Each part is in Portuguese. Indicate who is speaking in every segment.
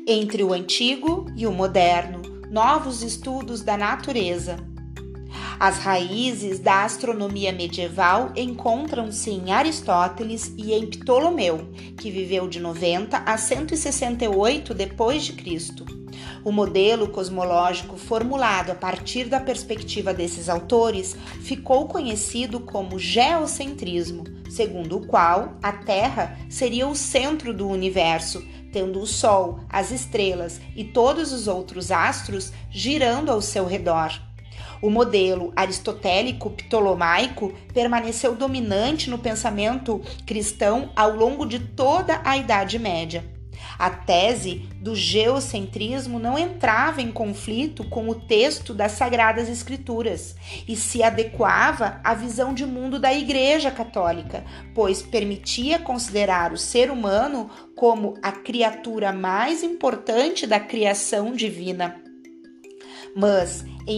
Speaker 1: Entre o antigo e o moderno, novos estudos da natureza. As raízes da astronomia medieval encontram-se em Aristóteles e em Ptolomeu, que viveu de 90 a 168 d.C. O modelo cosmológico formulado a partir da perspectiva desses autores ficou conhecido como geocentrismo, segundo o qual a Terra seria o centro do universo, tendo o Sol, as estrelas e todos os outros astros girando ao seu redor. O modelo aristotélico-ptolomaico permaneceu dominante no pensamento cristão ao longo de toda a Idade Média. A tese do geocentrismo não entrava em conflito com o texto das Sagradas Escrituras e se adequava à visão de mundo da Igreja Católica, pois permitia considerar o ser humano como a criatura mais importante da criação divina. Mas, em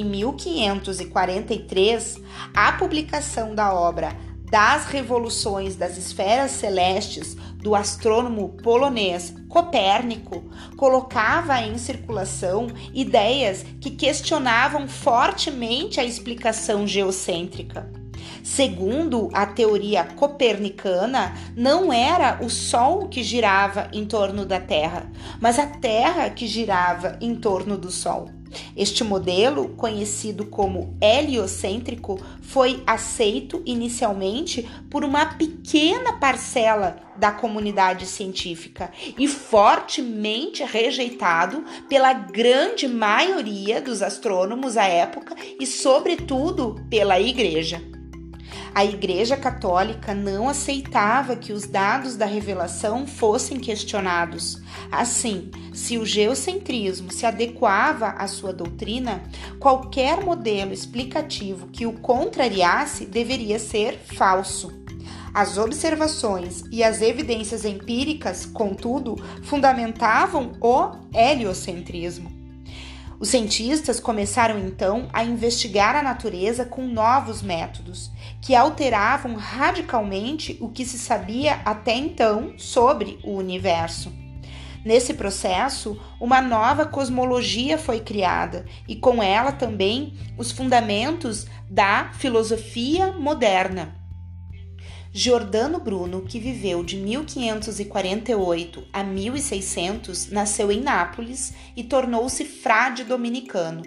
Speaker 1: 1543, a publicação da obra Das Revoluções das Esferas Celestes do astrônomo polonês Copérnico colocava em circulação ideias que questionavam fortemente a explicação geocêntrica. Segundo a teoria copernicana, não era o Sol que girava em torno da Terra, mas a Terra que girava em torno do Sol. Este modelo, conhecido como heliocêntrico, foi aceito inicialmente por uma pequena parcela da comunidade científica e fortemente rejeitado pela grande maioria dos astrônomos à época e, sobretudo, pela Igreja. A Igreja Católica não aceitava que os dados da revelação fossem questionados. Assim, se o geocentrismo se adequava à sua doutrina, qualquer modelo explicativo que o contrariasse deveria ser falso. As observações e as evidências empíricas, contudo, fundamentavam o heliocentrismo. Os cientistas começaram então a investigar a natureza com novos métodos, que alteravam radicalmente o que se sabia até então sobre o universo. Nesse processo, uma nova cosmologia foi criada e com ela também os fundamentos da filosofia moderna. Giordano Bruno, que viveu de 1548 a 1600, nasceu em Nápoles e tornou-se frade dominicano.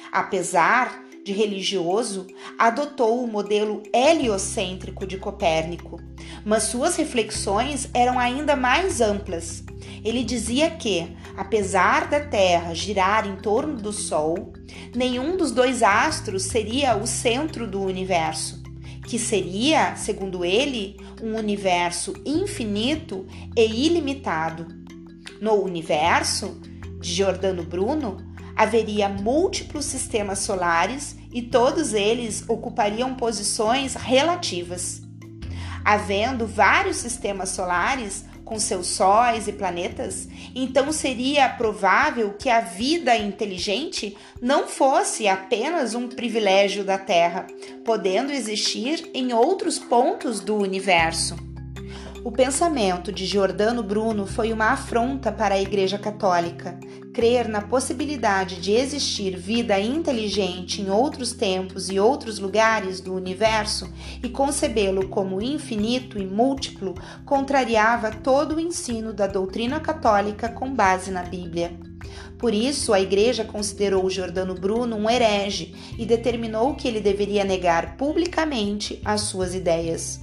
Speaker 1: Apesar de religioso, adotou o modelo heliocêntrico de Copérnico, mas suas reflexões eram ainda mais amplas. Ele dizia que, apesar da Terra girar em torno do Sol, nenhum dos dois astros seria o centro do universo, que seria, segundo ele, um universo infinito e ilimitado. No universo de Giordano Bruno, haveria múltiplos sistemas solares e todos eles ocupariam posições relativas. Havendo vários sistemas solares com seus sóis e planetas, então seria provável que a vida inteligente não fosse apenas um privilégio da Terra, podendo existir em outros pontos do universo. O pensamento de Giordano Bruno foi uma afronta para a Igreja Católica. Crer na possibilidade de existir vida inteligente em outros tempos e outros lugares do universo e concebê-lo como infinito e múltiplo contrariava todo o ensino da doutrina católica com base na Bíblia. Por isso, a Igreja considerou Giordano Bruno um herege e determinou que ele deveria negar publicamente as suas ideias.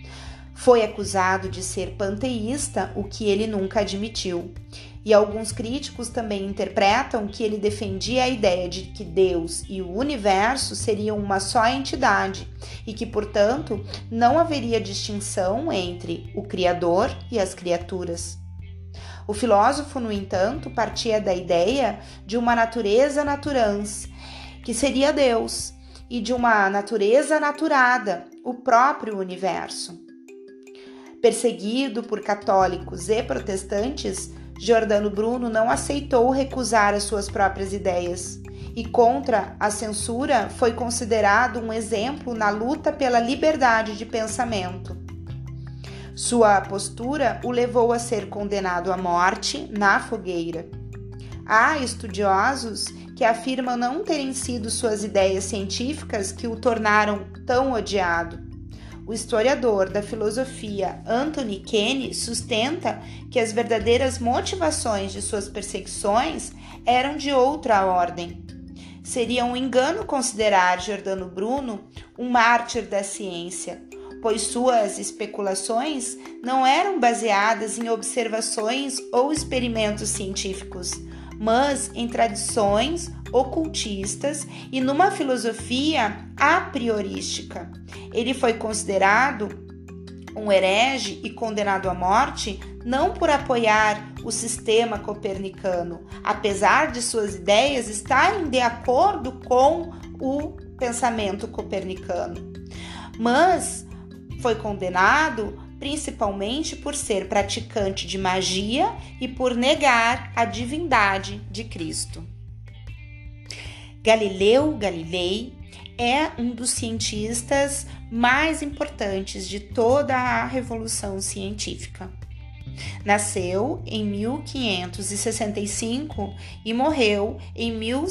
Speaker 1: Foi acusado de ser panteísta, o que ele nunca admitiu. E alguns críticos também interpretam que ele defendia a ideia de que Deus e o universo seriam uma só entidade e que, portanto, não haveria distinção entre o Criador e as criaturas. O filósofo, no entanto, partia da ideia de uma natureza naturans, que seria Deus, e de uma natureza naturada, o próprio universo. Perseguido por católicos e protestantes, Giordano Bruno não aceitou recusar as suas próprias ideias e, contra a censura, foi considerado um exemplo na luta pela liberdade de pensamento. Sua postura o levou a ser condenado à morte na fogueira. Há estudiosos que afirmam não terem sido suas ideias científicas que o tornaram tão odiado. O historiador da filosofia Anthony Kenny sustenta que as verdadeiras motivações de suas perseguições eram de outra ordem. Seria um engano considerar Giordano Bruno um mártir da ciência, pois suas especulações não eram baseadas em observações ou experimentos científicos, mas em tradições ocultistas e numa filosofia a priorística. Ele foi considerado um herege e condenado à morte não por apoiar o sistema copernicano, apesar de suas ideias estarem de acordo com o pensamento copernicano, mas foi condenado principalmente por ser praticante de magia e por negar a divindade de Cristo. Galileu Galilei é um dos cientistas mais importantes de toda a Revolução Científica. Nasceu em 1565 e morreu em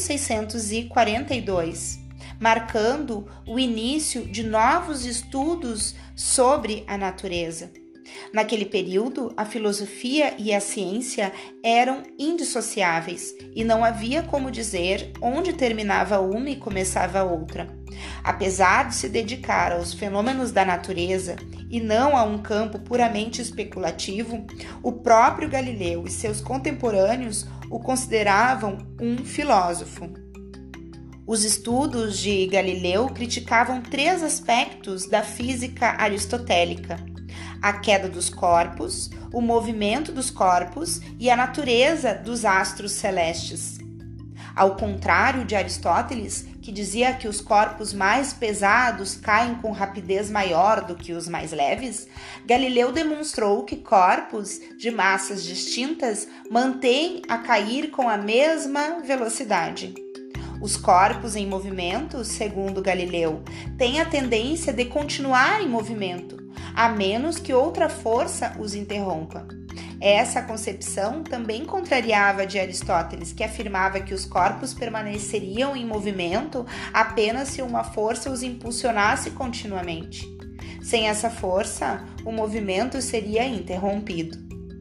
Speaker 1: 1642, marcando o início de novos estudos sobre a natureza. Naquele período, a filosofia e a ciência eram indissociáveis e não havia como dizer onde terminava uma e começava a outra. Apesar de se dedicar aos fenômenos da natureza e não a um campo puramente especulativo, o próprio Galileu e seus contemporâneos o consideravam um filósofo. Os estudos de Galileu criticavam 3 aspectos da física aristotélica: a queda dos corpos, o movimento dos corpos e a natureza dos astros celestes. Ao contrário de Aristóteles, que dizia que os corpos mais pesados caem com rapidez maior do que os mais leves, Galileu demonstrou que corpos de massas distintas mantêm a cair com a mesma velocidade. Os corpos em movimento, segundo Galileu, têm a tendência de continuar em movimento, a menos que outra força os interrompa. Essa concepção também contrariava a de Aristóteles, que afirmava que os corpos permaneceriam em movimento apenas se uma força os impulsionasse continuamente. Sem essa força, o movimento seria interrompido.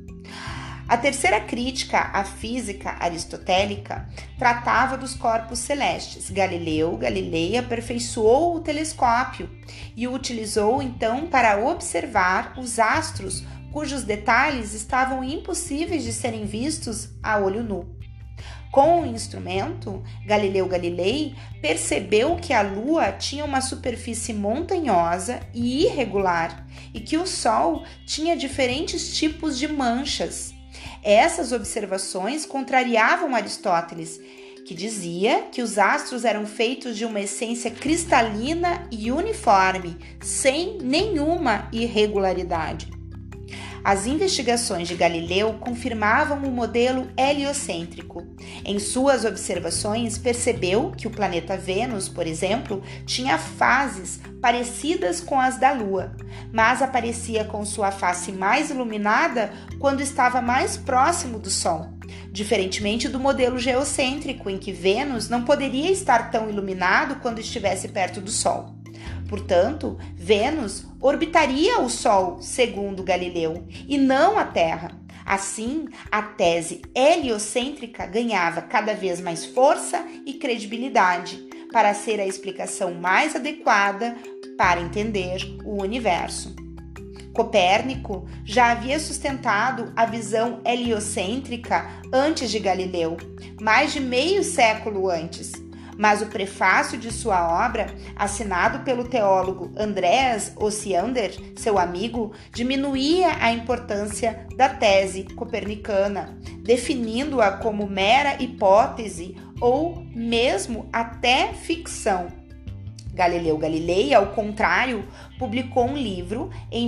Speaker 1: A terceira crítica à física aristotélica tratava dos corpos celestes. Galileu Galilei aperfeiçoou o telescópio e o utilizou então para observar os astros cujos detalhes estavam impossíveis de serem vistos a olho nu. Com o instrumento, Galileu Galilei percebeu que a Lua tinha uma superfície montanhosa e irregular e que o Sol tinha diferentes tipos de manchas. Essas observações contrariavam Aristóteles, que dizia que os astros eram feitos de uma essência cristalina e uniforme, sem nenhuma irregularidade. As investigações de Galileu confirmavam o modelo heliocêntrico. Em suas observações, percebeu que o planeta Vênus, por exemplo, tinha fases parecidas com as da Lua, mas aparecia com sua face mais iluminada quando estava mais próximo do Sol, diferentemente do modelo geocêntrico, em que Vênus não poderia estar tão iluminado quando estivesse perto do Sol. Portanto, Vênus orbitaria o Sol, segundo Galileu, e não a Terra. Assim, a tese heliocêntrica ganhava cada vez mais força e credibilidade para ser a explicação mais adequada para entender o universo. Copérnico já havia sustentado a visão heliocêntrica antes de Galileu, mais de meio século antes. Mas o prefácio de sua obra, assinado pelo teólogo Andreas Osiander, seu amigo, diminuía a importância da tese copernicana, definindo-a como mera hipótese ou mesmo até ficção. Galileu Galilei, ao contrário, publicou um livro em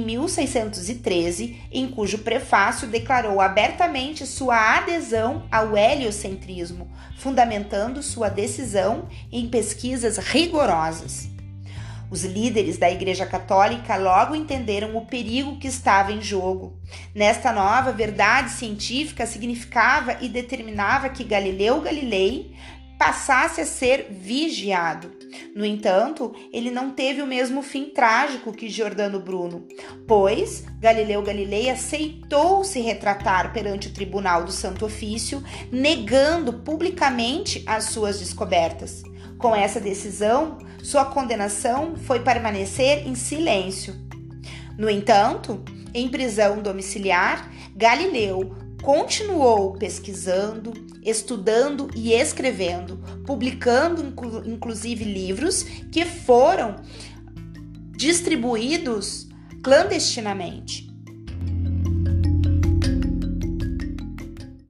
Speaker 1: 1613, em cujo prefácio declarou abertamente sua adesão ao heliocentrismo, fundamentando sua decisão em pesquisas rigorosas. Os líderes da Igreja Católica logo entenderam o perigo que estava em jogo. Nesta nova verdade científica significava e determinava que Galileu Galilei passasse a ser vigiado. No entanto, ele não teve o mesmo fim trágico que Giordano Bruno, pois Galileu Galilei aceitou se retratar perante o Tribunal do Santo Ofício, negando publicamente as suas descobertas. Com essa decisão, sua condenação foi permanecer em silêncio. No entanto, em prisão domiciliar, Galileu continuou pesquisando, estudando e escrevendo, publicando inclusive livros que foram distribuídos clandestinamente.